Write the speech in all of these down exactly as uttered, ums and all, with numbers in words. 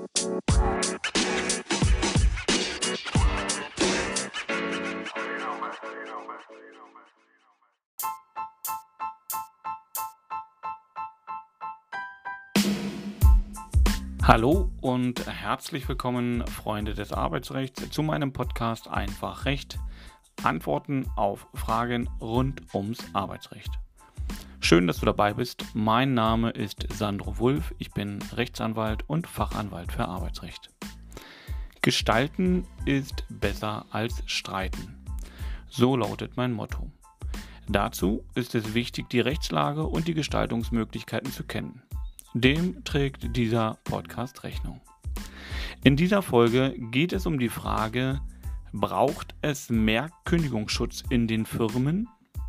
Hallo und herzlich willkommen, Freunde des Arbeitsrechts, zu meinem Podcast Einfach Recht. Antworten auf Fragen rund ums Arbeitsrecht. Schön, dass du dabei bist. Mein Name ist Sandro Wulff. Ich bin Rechtsanwalt und Fachanwalt für Arbeitsrecht. Gestalten ist besser als streiten. So lautet mein Motto. Dazu ist es wichtig, die Rechtslage und die Gestaltungsmöglichkeiten zu kennen. Dem trägt dieser Podcast Rechnung. In dieser Folge geht es um die Frage, braucht es mehr Kündigungsschutz in den Firmen?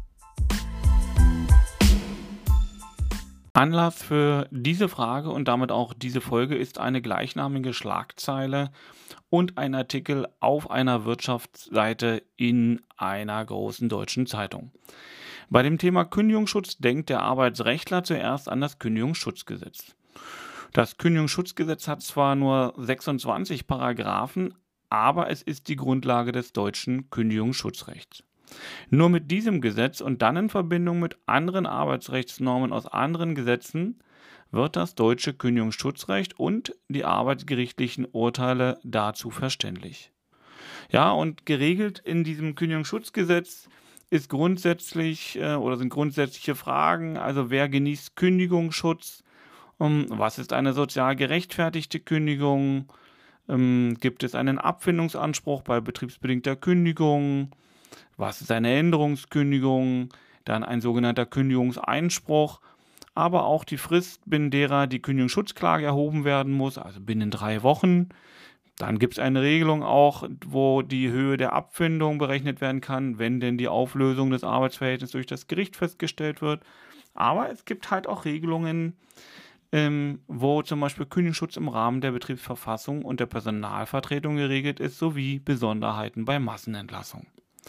Anlass für diese Frage und damit auch diese Folge ist eine gleichnamige Schlagzeile und ein Artikel auf einer Wirtschaftsseite in einer großen deutschen Zeitung. Bei dem Thema Kündigungsschutz denkt der Arbeitsrechtler zuerst an das Kündigungsschutzgesetz. Das Kündigungsschutzgesetz hat zwar nur sechsundzwanzig Paragraphen, aber es ist die Grundlage des deutschen Kündigungsschutzrechts. Nur mit diesem Gesetz und dann in Verbindung mit anderen Arbeitsrechtsnormen aus anderen Gesetzen wird das deutsche Kündigungsschutzrecht und die arbeitsgerichtlichen Urteile dazu verständlich. Ja, und geregelt in diesem Kündigungsschutzgesetz ist grundsätzlich äh, oder sind grundsätzliche Fragen, also wer genießt Kündigungsschutz, um, was ist eine sozial gerechtfertigte Kündigung, ähm, gibt es einen Abfindungsanspruch bei betriebsbedingter Kündigung, was ist eine Änderungskündigung, dann ein sogenannter Kündigungseinspruch, aber auch die Frist, binnen derer die Kündigungsschutzklage erhoben werden muss, also binnen drei Wochen. Dann gibt es eine Regelung auch, wo die Höhe der Abfindung berechnet werden kann, wenn denn die Auflösung des Arbeitsverhältnisses durch das Gericht festgestellt wird. Aber es gibt halt auch Regelungen, ähm, wo zum Beispiel Kündigungsschutz im Rahmen der Betriebsverfassung und der Personalvertretung geregelt ist, sowie Besonderheiten bei Massenentlassung.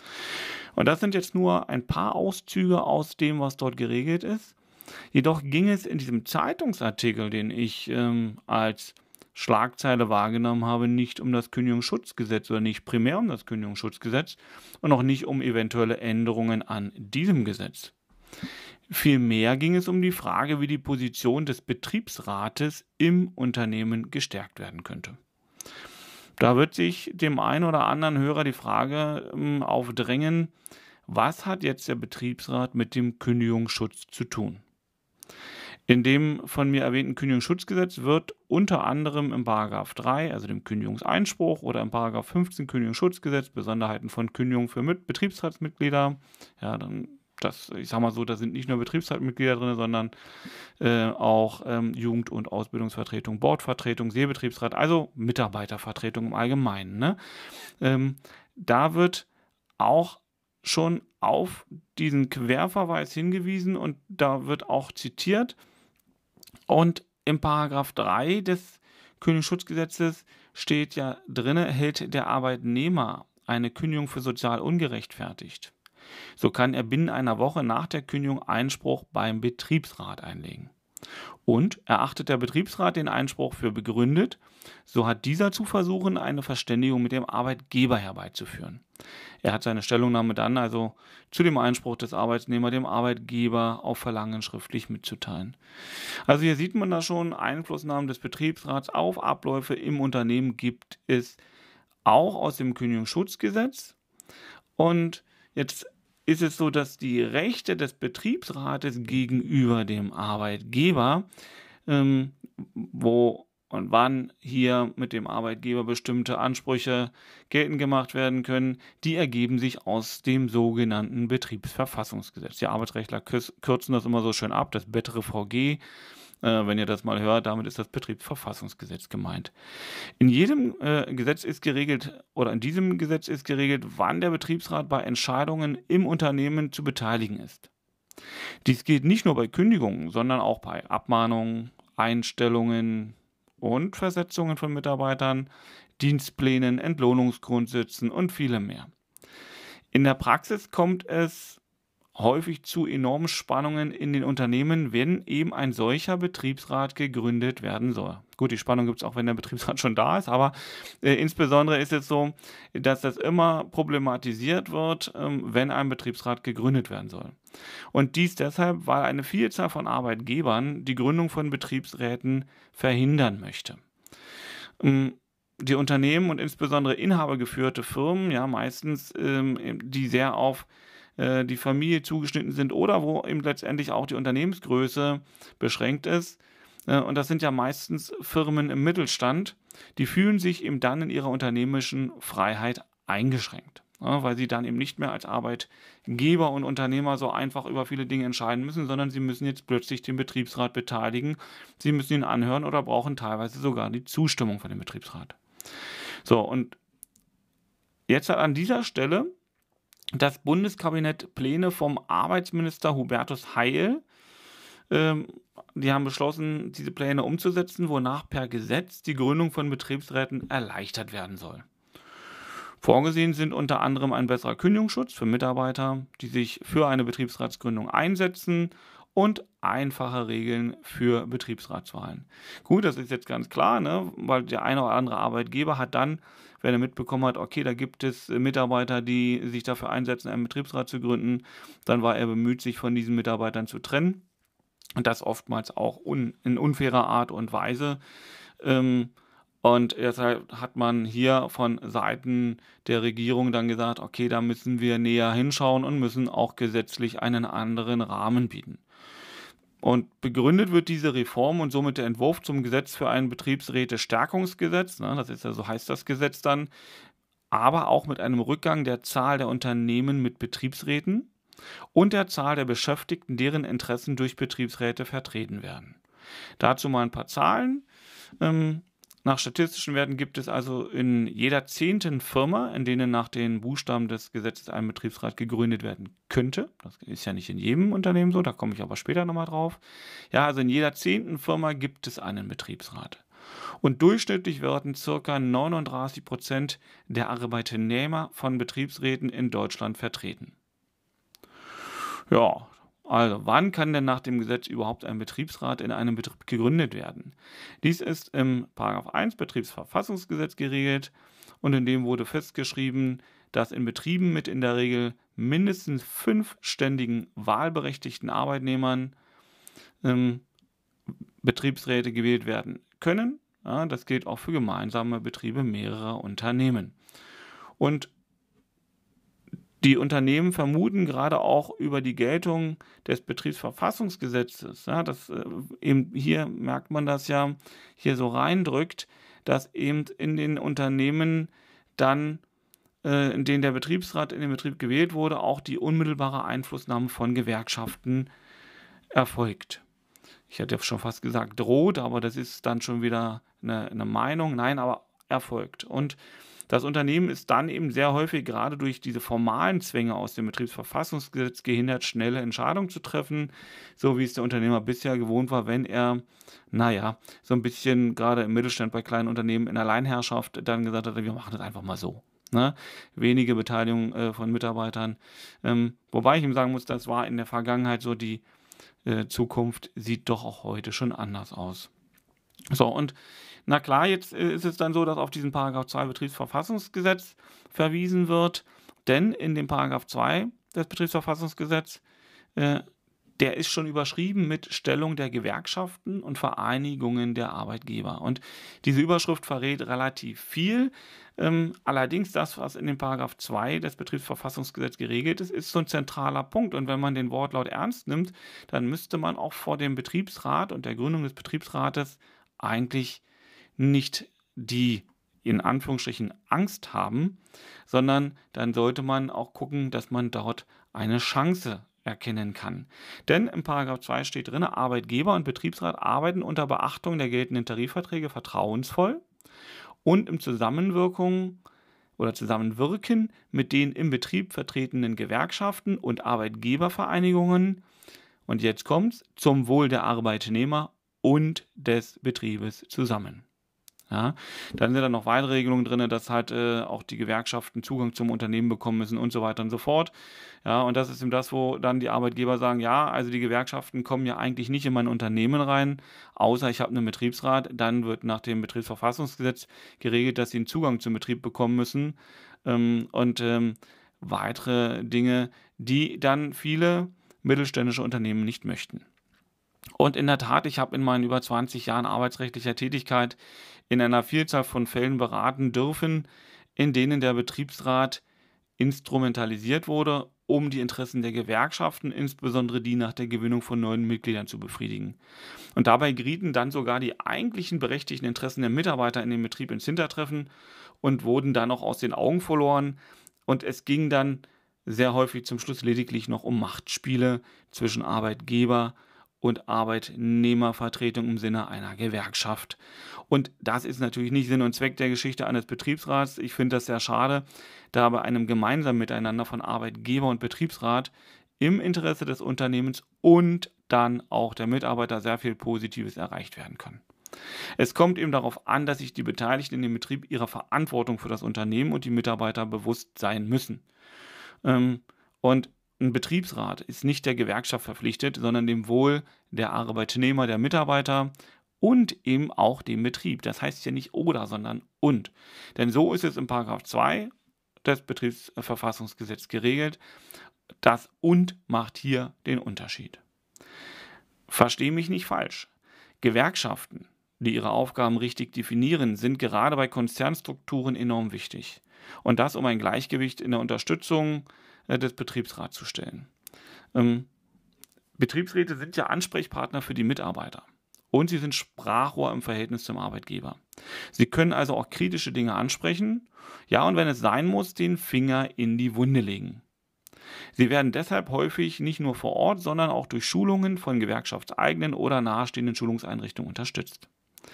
Und das sind jetzt nur ein paar Auszüge aus dem, was dort geregelt ist. Jedoch ging es in diesem Zeitungsartikel, den ich ähm, als Schlagzeile wahrgenommen habe, nicht um das Kündigungsschutzgesetz oder nicht primär um das Kündigungsschutzgesetz und auch nicht um eventuelle Änderungen an diesem Gesetz. Vielmehr ging es um die Frage, wie die Position des Betriebsrates im Unternehmen gestärkt werden könnte. Da wird sich dem einen oder anderen Hörer die Frage ähm, aufdrängen, was hat jetzt der Betriebsrat mit dem Kündigungsschutz zu tun? In dem von mir erwähnten Kündigungsschutzgesetz wird unter anderem im Paragraph drei, also dem Kündigungseinspruch, oder im Paragraph fünfzehn Kündigungsschutzgesetz Besonderheiten von Kündigung für Mit- Betriebsratsmitglieder, ja, dann das, ich sag mal so, da sind nicht nur Betriebsratsmitglieder drin, sondern äh, auch ähm, Jugend- und Ausbildungsvertretung, Boardvertretung, Seebetriebsrat, also Mitarbeitervertretung im Allgemeinen. Ne? Ähm, da wird auch schon auf diesen Querverweis hingewiesen und da wird auch zitiert. Und im Paragraph drei des Kündigungsschutzgesetzes steht ja drin, hält der Arbeitnehmer eine Kündigung für sozial ungerechtfertigt, so kann er binnen einer Woche nach der Kündigung Einspruch beim Betriebsrat einlegen. Und erachtet der Betriebsrat den Einspruch für begründet, so hat dieser zu versuchen, eine Verständigung mit dem Arbeitgeber herbeizuführen. Er hat seine Stellungnahme dann also zu dem Einspruch des Arbeitnehmers dem Arbeitgeber auf Verlangen schriftlich mitzuteilen. Also hier sieht man da schon, Einflussnahmen des Betriebsrats auf Abläufe im Unternehmen gibt es auch aus dem Kündigungsschutzgesetz. Und jetzt ist es so, dass die Rechte des Betriebsrates gegenüber dem Arbeitgeber, ähm, wo und wann hier mit dem Arbeitgeber bestimmte Ansprüche geltend gemacht werden können, die ergeben sich aus dem sogenannten Betriebsverfassungsgesetz. Die Arbeitsrechtler kürzen das immer so schön ab, das B E T R V G. Äh, wenn ihr das mal hört, damit ist das Betriebsverfassungsgesetz gemeint. In jedem äh, Gesetz ist geregelt, oder in diesem Gesetz ist geregelt, wann der Betriebsrat bei Entscheidungen im Unternehmen zu beteiligen ist. Dies gilt nicht nur bei Kündigungen, sondern auch bei Abmahnungen, Einstellungen und Versetzungen von Mitarbeitern, Dienstplänen, Entlohnungsgrundsätzen und viele mehr. In der Praxis kommt es häufig zu enormen Spannungen in den Unternehmen, wenn eben ein solcher Betriebsrat gegründet werden soll. Gut, die Spannung gibt es auch, wenn der Betriebsrat schon da ist, aber äh, insbesondere ist es so, dass das immer problematisiert wird, ähm, wenn ein Betriebsrat gegründet werden soll. Und dies deshalb, weil eine Vielzahl von Arbeitgebern die Gründung von Betriebsräten verhindern möchte. Ähm, die Unternehmen und insbesondere inhabergeführte Firmen, ja meistens, ähm, die sehr auf die Familie zugeschnitten sind oder wo eben letztendlich auch die Unternehmensgröße beschränkt ist. Und das sind ja meistens Firmen im Mittelstand, die fühlen sich eben dann in ihrer unternehmerischen Freiheit eingeschränkt, ja, weil sie dann eben nicht mehr als Arbeitgeber und Unternehmer so einfach über viele Dinge entscheiden müssen, sondern sie müssen jetzt plötzlich den Betriebsrat beteiligen, sie müssen ihn anhören oder brauchen teilweise sogar die Zustimmung von dem Betriebsrat. So, und jetzt an dieser Stelle das Bundeskabinett Pläne vom Arbeitsminister Hubertus Heil. Ähm, die haben beschlossen, diese Pläne umzusetzen, wonach per Gesetz die Gründung von Betriebsräten erleichtert werden soll. Vorgesehen sind unter anderem ein besserer Kündigungsschutz für Mitarbeiter, die sich für eine Betriebsratsgründung einsetzen, und einfache Regeln für Betriebsratswahlen. Gut, das ist jetzt ganz klar, ne? Weil der eine oder andere Arbeitgeber hat dann, wenn er mitbekommen hat, okay, da gibt es Mitarbeiter, die sich dafür einsetzen, einen Betriebsrat zu gründen, dann war er bemüht, sich von diesen Mitarbeitern zu trennen. Und das oftmals auch un, in unfairer Art und Weise. Ähm, Und deshalb hat man hier von Seiten der Regierung dann gesagt, okay, da müssen wir näher hinschauen und müssen auch gesetzlich einen anderen Rahmen bieten. Und begründet wird diese Reform und somit der Entwurf zum Gesetz für ein Betriebsräte-Stärkungsgesetz, ne, das ist ja, so heißt das Gesetz dann, aber auch mit einem Rückgang der Zahl der Unternehmen mit Betriebsräten und der Zahl der Beschäftigten, deren Interessen durch Betriebsräte vertreten werden. Dazu mal ein paar Zahlen. Ähm, Nach statistischen Werten gibt es also in jeder zehnten Firma, in denen nach den Buchstaben des Gesetzes ein Betriebsrat gegründet werden könnte. Das ist ja nicht in jedem Unternehmen so, da komme ich aber später nochmal drauf. Ja, also in jeder zehnten Firma gibt es einen Betriebsrat. Und durchschnittlich werden ca. neununddreißig Prozent der Arbeitnehmer von Betriebsräten in Deutschland vertreten. Ja, also, wann kann denn nach dem Gesetz überhaupt ein Betriebsrat in einem Betrieb gegründet werden? Dies ist im Paragraph eins Betriebsverfassungsgesetz geregelt und in dem wurde festgeschrieben, dass in Betrieben mit in der Regel mindestens fünf ständigen wahlberechtigten Arbeitnehmern ähm, Betriebsräte gewählt werden können. Ja, das gilt auch für gemeinsame Betriebe mehrerer Unternehmen. Und die Unternehmen vermuten gerade auch über die Geltung des Betriebsverfassungsgesetzes, ja, das, äh, eben hier merkt man das ja, hier so reindrückt, dass eben in den Unternehmen dann, äh, in denen der Betriebsrat in den Betrieb gewählt wurde, auch die unmittelbare Einflussnahme von Gewerkschaften erfolgt. Ich hätte ja schon fast gesagt droht, aber das ist dann schon wieder eine, eine Meinung. Nein, aber erfolgt. Und das Unternehmen ist dann eben sehr häufig gerade durch diese formalen Zwänge aus dem Betriebsverfassungsgesetz gehindert, schnelle Entscheidungen zu treffen, so wie es der Unternehmer bisher gewohnt war, wenn er, naja, so ein bisschen gerade im Mittelstand bei kleinen Unternehmen in Alleinherrschaft dann gesagt hat, wir machen das einfach mal so. Ne? Wenige Beteiligung äh, von Mitarbeitern. Ähm, wobei ich ihm sagen muss, das war in der Vergangenheit so, die äh, Zukunft sieht doch auch heute schon anders aus. So, und na klar, jetzt äh, ist es dann so, dass auf diesen Paragraph zwei Betriebsverfassungsgesetz verwiesen wird, denn in dem Paragraph zwei des Betriebsverfassungsgesetzes, äh, der ist schon überschrieben mit Stellung der Gewerkschaften und Vereinigungen der Arbeitgeber. Und diese Überschrift verrät relativ viel. Ähm, allerdings das, was in dem Paragraph zwei des Betriebsverfassungsgesetzes geregelt ist, ist so ein zentraler Punkt. Und wenn man den Wortlaut ernst nimmt, dann müsste man auch vor dem Betriebsrat und der Gründung des Betriebsrates eigentlich nicht die in Anführungsstrichen Angst haben, sondern dann sollte man auch gucken, dass man dort eine Chance erkennen kann. Denn im Paragraph zwei steht drin, Arbeitgeber und Betriebsrat arbeiten unter Beachtung der geltenden Tarifverträge vertrauensvoll und im Zusammenwirkung oder Zusammenwirken mit den im Betrieb vertretenen Gewerkschaften und Arbeitgebervereinigungen, und jetzt kommt's, zum Wohl der Arbeitnehmer und des Betriebes zusammen. Ja, dann sind da noch weitere Regelungen drin, dass halt äh, auch die Gewerkschaften Zugang zum Unternehmen bekommen müssen und so weiter und so fort. Ja, und das ist eben das, wo dann die Arbeitgeber sagen, ja, also die Gewerkschaften kommen ja eigentlich nicht in mein Unternehmen rein, außer ich habe einen Betriebsrat. Dann wird nach dem Betriebsverfassungsgesetz geregelt, dass sie einen Zugang zum Betrieb bekommen müssen. Ähm, und ähm, weitere Dinge, die dann viele mittelständische Unternehmen nicht möchten. Und in der Tat, ich habe in meinen über zwanzig Jahren arbeitsrechtlicher Tätigkeit in einer Vielzahl von Fällen beraten dürfen, in denen der Betriebsrat instrumentalisiert wurde, um die Interessen der Gewerkschaften, insbesondere die nach der Gewinnung von neuen Mitgliedern, zu befriedigen. Und dabei gerieten dann sogar die eigentlichen berechtigten Interessen der Mitarbeiter in dem Betrieb ins Hintertreffen und wurden dann auch aus den Augen verloren. Und es ging dann sehr häufig zum Schluss lediglich noch um Machtspiele zwischen Arbeitgeber und Arbeitnehmervertretung im Sinne einer Gewerkschaft. Und das ist natürlich nicht Sinn und Zweck der Geschichte eines Betriebsrats. Ich finde das sehr schade, da bei einem gemeinsamen Miteinander von Arbeitgeber und Betriebsrat im Interesse des Unternehmens und dann auch der Mitarbeiter sehr viel Positives erreicht werden kann. Es kommt eben darauf an, dass sich die Beteiligten in dem Betrieb ihrer Verantwortung für das Unternehmen und die Mitarbeiter bewusst sein müssen. Ähm, und ein Betriebsrat ist nicht der Gewerkschaft verpflichtet, sondern dem Wohl der Arbeitnehmer, der Mitarbeiter und eben auch dem Betrieb. Das heißt ja nicht oder, sondern und. Denn so ist es in Paragraph zwei des Betriebsverfassungsgesetzes geregelt. Das und macht hier den Unterschied. Verstehe mich nicht falsch. Gewerkschaften, die ihre Aufgaben richtig definieren, sind gerade bei Konzernstrukturen enorm wichtig. Und das, um ein Gleichgewicht in der Unterstützung äh, des Betriebsrats zu stellen. Ähm, Betriebsräte sind ja Ansprechpartner für die Mitarbeiter. Und sie sind Sprachrohr im Verhältnis zum Arbeitgeber. Sie können also auch kritische Dinge ansprechen, ja, und wenn es sein muss, den Finger in die Wunde legen. Sie werden deshalb häufig nicht nur vor Ort, sondern auch durch Schulungen von gewerkschaftseigenen oder nahestehenden Schulungseinrichtungen unterstützt.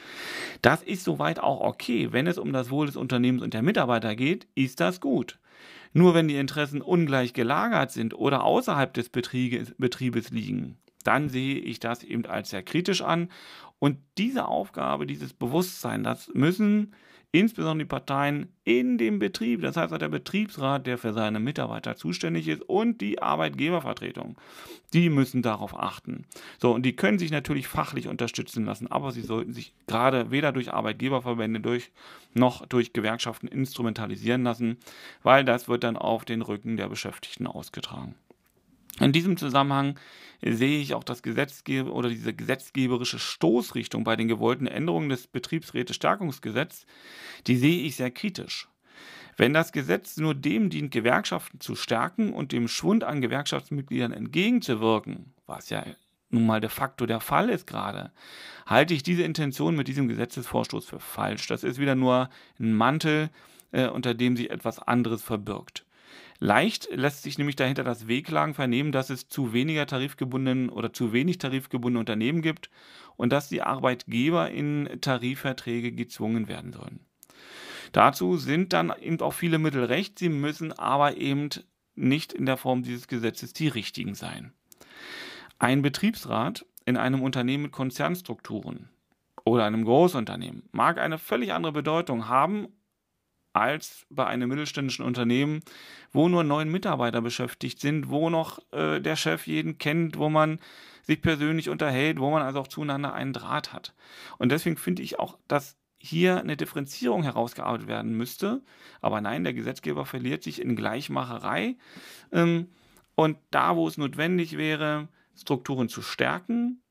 Das ist soweit auch okay. Wenn es um das Wohl des Unternehmens und der Mitarbeiter geht, ist das gut. Nur wenn die Interessen ungleich gelagert sind oder außerhalb des Betriebes, Betriebes liegen, dann sehe ich das eben als sehr kritisch an. Und diese Aufgabe, dieses Bewusstsein, das müssen insbesondere die Parteien in dem Betrieb, das heißt auch der Betriebsrat, der für seine Mitarbeiter zuständig ist, und die Arbeitgebervertretung, die müssen darauf achten. So, und die können sich natürlich fachlich unterstützen lassen, aber sie sollten sich gerade weder durch Arbeitgeberverbände durch, noch durch Gewerkschaften instrumentalisieren lassen, weil das wird dann auf den Rücken der Beschäftigten ausgetragen. In diesem Zusammenhang sehe ich auch das Gesetzgeber oder diese gesetzgeberische Stoßrichtung bei den gewollten Änderungen des Betriebsrätestärkungsgesetzes, die sehe ich sehr kritisch. Wenn das Gesetz nur dem dient, Gewerkschaften zu stärken und dem Schwund an Gewerkschaftsmitgliedern entgegenzuwirken, was ja nun mal de facto der Fall ist gerade, halte ich diese Intention mit diesem Gesetzesvorstoß für falsch. Das ist wieder nur ein Mantel, äh, unter dem sich etwas anderes verbirgt. Leicht lässt sich nämlich dahinter das Wehklagen vernehmen, dass es zu weniger tarifgebundenen oder zu wenig tarifgebundene Unternehmen gibt und dass die Arbeitgeber in Tarifverträge gezwungen werden sollen. Dazu sind dann eben auch viele Mittel recht, sie müssen aber eben nicht in der Form dieses Gesetzes die richtigen sein. Ein Betriebsrat in einem Unternehmen mit Konzernstrukturen oder einem Großunternehmen mag eine völlig andere Bedeutung haben als bei einem mittelständischen Unternehmen, wo nur neun Mitarbeiter beschäftigt sind, wo noch äh, der Chef jeden kennt, wo man sich persönlich unterhält, wo man also auch zueinander einen Draht hat. Und deswegen finde ich auch, dass hier eine Differenzierung herausgearbeitet werden müsste. Aber nein, der Gesetzgeber verliert sich in Gleichmacherei. Ähm, und da, wo es notwendig wäre, Strukturen zu stärken,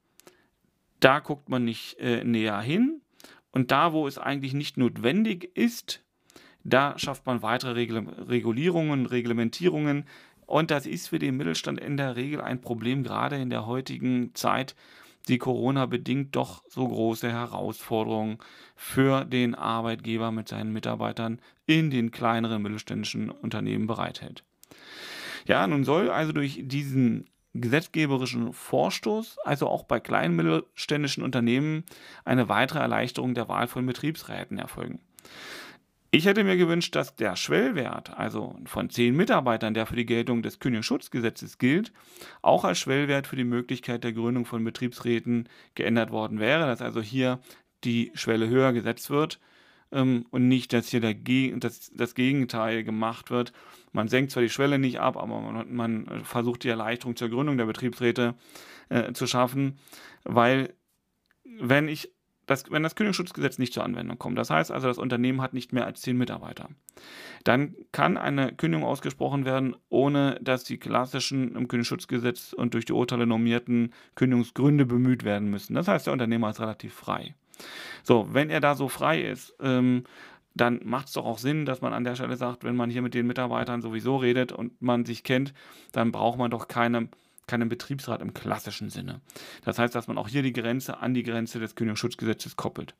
da guckt man nicht äh, näher hin. Und da, wo es eigentlich nicht notwendig ist, da schafft man weitere Regulierungen, Reglementierungen. Und das ist für den Mittelstand in der Regel ein Problem, gerade in der heutigen Zeit, die Corona-bedingt doch so große Herausforderungen für den Arbeitgeber mit seinen Mitarbeitern in den kleineren mittelständischen Unternehmen bereithält. Ja, nun soll also durch diesen gesetzgeberischen Vorstoß, also auch bei kleinen mittelständischen Unternehmen, eine weitere Erleichterung der Wahl von Betriebsräten erfolgen. Ich hätte mir gewünscht, dass der Schwellwert, also von zehn Mitarbeitern, der für die Geltung des Kündigungsschutzgesetzes gilt, auch als Schwellwert für die Möglichkeit der Gründung von Betriebsräten geändert worden wäre, dass also hier die Schwelle höher gesetzt wird. ähm, und nicht, dass hier der Ge das, das Gegenteil gemacht wird. Man senkt zwar die Schwelle nicht ab, aber man, man versucht die Erleichterung zur Gründung der Betriebsräte äh, zu schaffen, weil wenn ich das, wenn das Kündigungsschutzgesetz nicht zur Anwendung kommt, das heißt also, das Unternehmen hat nicht mehr als zehn Mitarbeiter, dann kann eine Kündigung ausgesprochen werden, ohne dass die klassischen im Kündigungsschutzgesetz und durch die Urteile normierten Kündigungsgründe bemüht werden müssen. Das heißt, der Unternehmer ist relativ frei. So, wenn er da so frei ist, ähm, dann macht es doch auch Sinn, dass man an der Stelle sagt, wenn man hier mit den Mitarbeitern sowieso redet und man sich kennt, dann braucht man doch keine, keinen Betriebsrat im klassischen Sinne. Das heißt, dass man auch hier die Grenze an die Grenze des Kündigungsschutzgesetzes koppelt.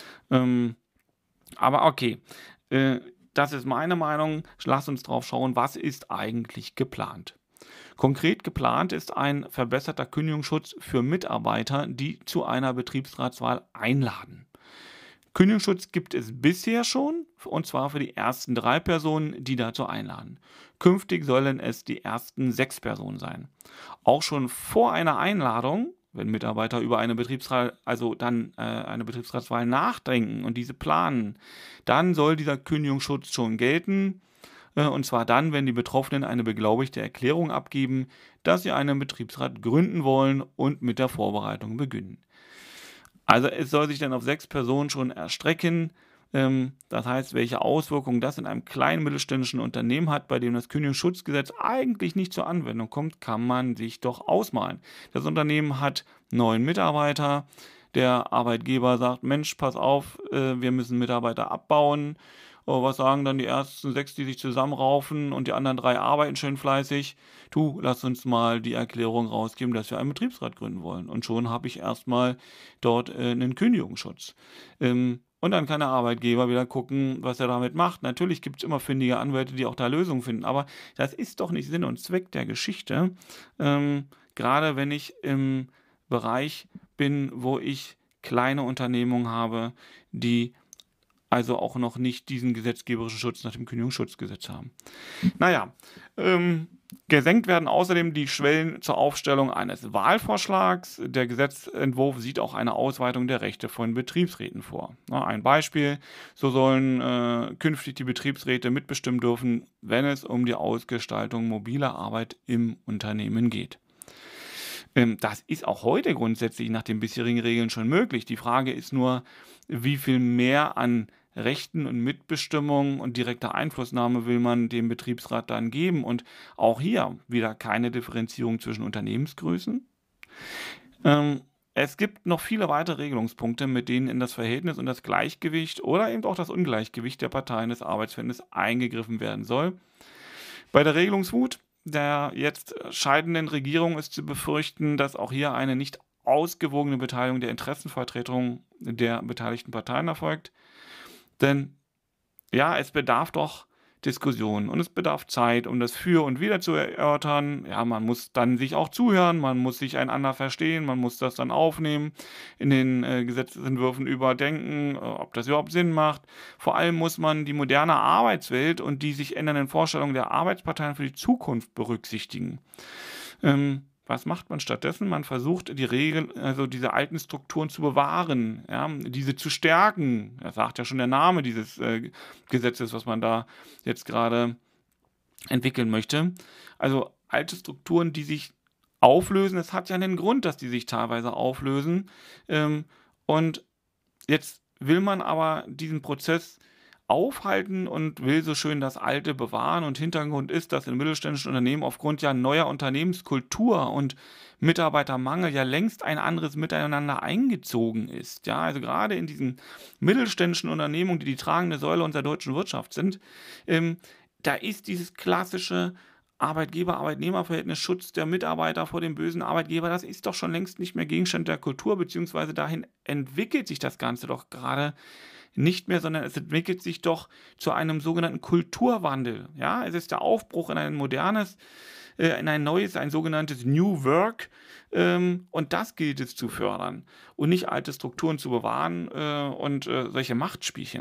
Ähm, aber okay, äh, das ist meine Meinung. Lass uns drauf schauen, was ist eigentlich geplant. Konkret geplant ist ein verbesserter Kündigungsschutz für Mitarbeiter, die zu einer Betriebsratswahl einladen. Kündigungsschutz gibt es bisher schon, und zwar für die ersten drei Personen, die dazu einladen. Künftig sollen es die ersten sechs Personen sein. Auch schon vor einer Einladung, wenn Mitarbeiter über eine Betriebsrat, also dann äh, eine Betriebsratswahl nachdenken und diese planen, dann soll dieser Kündigungsschutz schon gelten. Äh, und zwar dann, wenn die Betroffenen eine beglaubigte Erklärung abgeben, dass sie einen Betriebsrat gründen wollen und mit der Vorbereitung beginnen. Also es soll sich dann auf sechs Personen schon erstrecken. Ähm, das heißt, welche Auswirkungen das in einem kleinen mittelständischen Unternehmen hat, bei dem das Kündigungsschutzgesetz eigentlich nicht zur Anwendung kommt, kann man sich doch ausmalen. Das Unternehmen hat neun Mitarbeiter. Der Arbeitgeber sagt, Mensch, pass auf, äh, wir müssen Mitarbeiter abbauen. Oh, was sagen dann die ersten sechs, die sich zusammenraufen und die anderen drei arbeiten schön fleißig? Du, lass uns mal die Erklärung rausgeben, dass wir einen Betriebsrat gründen wollen. Und schon habe ich erstmal dort äh, einen Kündigungsschutz. Ähm, und dann kann der Arbeitgeber wieder gucken, was er damit macht. Natürlich gibt es immer findige Anwälte, die auch da Lösungen finden, aber das ist doch nicht Sinn und Zweck der Geschichte. Ähm, gerade wenn ich im Bereich bin, wo ich kleine Unternehmungen habe, die also auch noch nicht diesen gesetzgeberischen Schutz nach dem Kündigungsschutzgesetz haben. Naja, ähm, gesenkt werden außerdem die Schwellen zur Aufstellung eines Wahlvorschlags. Der Gesetzentwurf sieht auch eine Ausweitung der Rechte von Betriebsräten vor. Na, ein Beispiel, so sollen äh, künftig die Betriebsräte mitbestimmen dürfen, wenn es um die Ausgestaltung mobiler Arbeit im Unternehmen geht. Ähm, das ist auch heute grundsätzlich nach den bisherigen Regeln schon möglich. Die Frage ist nur, wie viel mehr an Rechten und Mitbestimmung und direkter Einflussnahme will man dem Betriebsrat dann geben. Und auch hier wieder keine Differenzierung zwischen Unternehmensgrößen. Ähm, es gibt noch viele weitere Regelungspunkte, mit denen in das Verhältnis und das Gleichgewicht oder eben auch das Ungleichgewicht der Parteien des Arbeitsverhältnisses eingegriffen werden soll. Bei der Regelungswut der jetzt scheidenden Regierung ist zu befürchten, dass auch hier eine nicht ausgewogene Beteiligung der Interessenvertretung der beteiligten Parteien erfolgt. Denn ja, es bedarf doch Diskussion und es bedarf Zeit, um das Für und Wider zu erörtern. Ja, man muss dann sich auch zuhören, man muss sich einander verstehen, man muss das dann aufnehmen, in den äh, Gesetzesentwürfen überdenken, äh, ob das überhaupt Sinn macht. Vor allem muss man die moderne Arbeitswelt und die sich ändernden Vorstellungen der Arbeitsparteien für die Zukunft berücksichtigen. Ähm, Was macht man stattdessen? Man versucht, die Regeln, also diese alten Strukturen zu bewahren, ja, diese zu stärken. Das sagt ja schon der Name dieses äh, Gesetzes, was man da jetzt gerade entwickeln möchte. Also alte Strukturen, die sich auflösen. Es hat ja einen Grund, dass die sich teilweise auflösen. Ähm, und jetzt will man aber diesen Prozess aufhalten und will so schön das Alte bewahren. Und Hintergrund ist, dass in mittelständischen Unternehmen aufgrund ja neuer Unternehmenskultur und Mitarbeitermangel ja längst ein anderes Miteinander eingezogen ist. Ja, also gerade in diesen mittelständischen Unternehmungen, die die tragende Säule unserer deutschen Wirtschaft sind, ähm, da ist dieses klassische Arbeitgeber-Arbeitnehmer-Verhältnis, Schutz der Mitarbeiter vor dem bösen Arbeitgeber, das ist doch schon längst nicht mehr Gegenstand der Kultur, beziehungsweise dahin entwickelt sich das Ganze doch gerade nicht mehr, sondern es entwickelt sich doch zu einem sogenannten Kulturwandel. Ja, es ist der Aufbruch in ein modernes, äh, in ein neues, ein sogenanntes New Work. Ähm, und das gilt es zu fördern und nicht alte Strukturen zu bewahren äh, und äh, solche Machtspielchen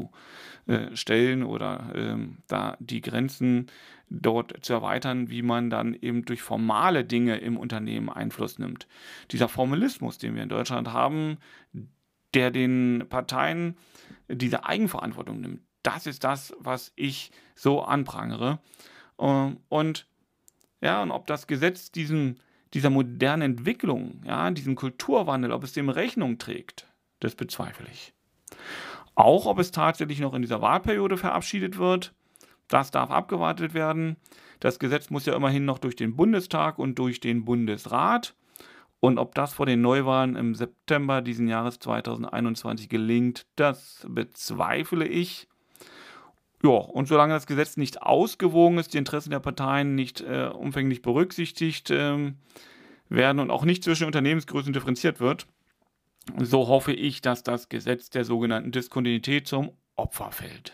aufzustellen oder ähm, da die Grenzen dort zu erweitern, wie man dann eben durch formale Dinge im Unternehmen Einfluss nimmt. Dieser Formalismus, den wir in Deutschland haben, der den Parteien diese Eigenverantwortung nimmt. Das ist das, was ich so anprangere. Und ja, und ob das Gesetz diesen, dieser modernen Entwicklung, ja, diesem Kulturwandel, ob es dem Rechnung trägt, das bezweifle ich. Auch ob es tatsächlich noch in dieser Wahlperiode verabschiedet wird, das darf abgewartet werden. Das Gesetz muss ja immerhin noch durch den Bundestag und durch den Bundesrat. Und ob das vor den Neuwahlen im September diesen Jahres zweitausendeinundzwanzig gelingt, das bezweifle ich. Ja, und solange das Gesetz nicht ausgewogen ist, die Interessen der Parteien nicht äh, umfänglich berücksichtigt ähm, werden und auch nicht zwischen Unternehmensgrößen differenziert wird, so hoffe ich, dass das Gesetz der sogenannten Diskontinuität zum Opfer fällt.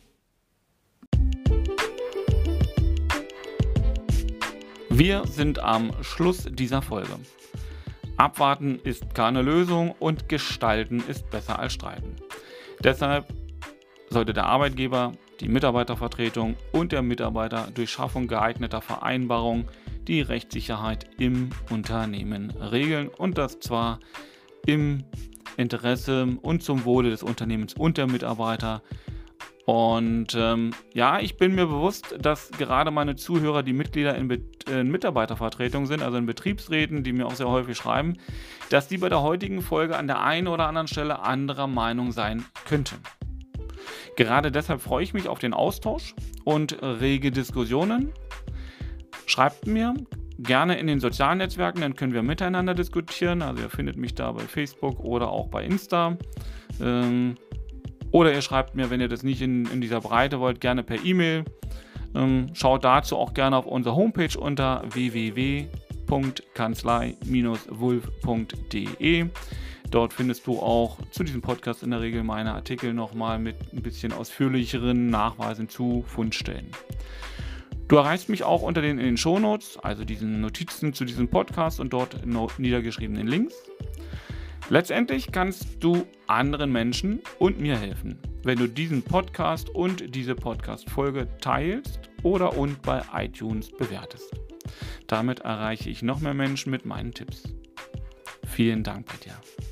Wir sind am Schluss dieser Folge. Abwarten ist keine Lösung und gestalten ist besser als streiten. Deshalb sollte der Arbeitgeber, die Mitarbeitervertretung und der Mitarbeiter durch Schaffung geeigneter Vereinbarungen die Rechtssicherheit im Unternehmen regeln und das zwar im Interesse und zum Wohle des Unternehmens und der Mitarbeiter. Und ähm, ja, ich bin mir bewusst, dass gerade meine Zuhörer, die Mitglieder in, Be- in Mitarbeitervertretungen sind, also in Betriebsräten, die mir auch sehr häufig schreiben, dass die bei der heutigen Folge an der einen oder anderen Stelle anderer Meinung sein könnten. Gerade deshalb freue ich mich auf den Austausch und rege Diskussionen. Schreibt mir gerne in den sozialen Netzwerken, dann können wir miteinander diskutieren. Also ihr findet mich da bei Facebook oder auch bei Insta. Ähm, oder ihr schreibt mir, wenn ihr das nicht in, in dieser Breite wollt, gerne per E-Mail. Ähm, schaut dazu auch gerne auf unserer Homepage unter w w w punkt kanzlei Bindestrich wulf punkt de. Dort findest du auch zu diesem Podcast in der Regel meine Artikel nochmal mit ein bisschen ausführlicheren Nachweisen zu Fundstellen. Du erreichst mich auch unter den in den Shownotes, also diesen Notizen zu diesem Podcast und dort no- niedergeschriebenen Links. Letztendlich kannst du anderen Menschen und mir helfen, wenn du diesen Podcast und diese Podcast-Folge teilst oder und bei iTunes bewertest. Damit erreiche ich noch mehr Menschen mit meinen Tipps. Vielen Dank bei dir.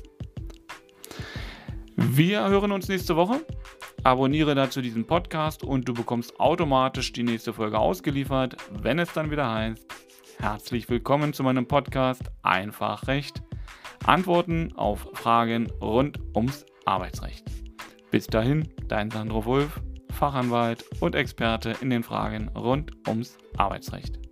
Wir hören uns nächste Woche. Abonniere dazu diesen Podcast und du bekommst automatisch die nächste Folge ausgeliefert, wenn es dann wieder heißt: Herzlich willkommen zu meinem Podcast Einfach Recht. Antworten auf Fragen rund ums Arbeitsrecht. Bis dahin, dein Sandro Wulf, Fachanwalt und Experte in den Fragen rund ums Arbeitsrecht.